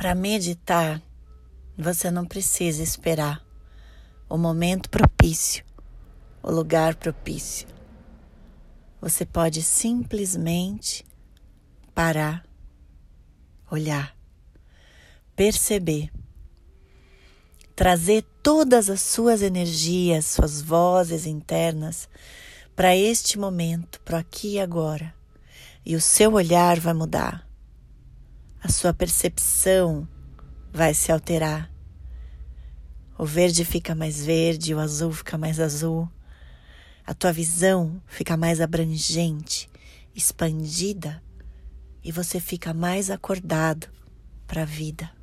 Para meditar, você não precisa esperar o momento propício, o lugar propício. Você pode simplesmente parar, olhar, perceber, trazer todas as suas energias, suas vozes internas para este momento, para aqui e agora. E o seu olhar vai mudar. A sua percepção vai se alterar. O verde fica mais verde, o azul fica mais azul. A tua visão fica mais abrangente, expandida, e você fica mais acordado para a vida.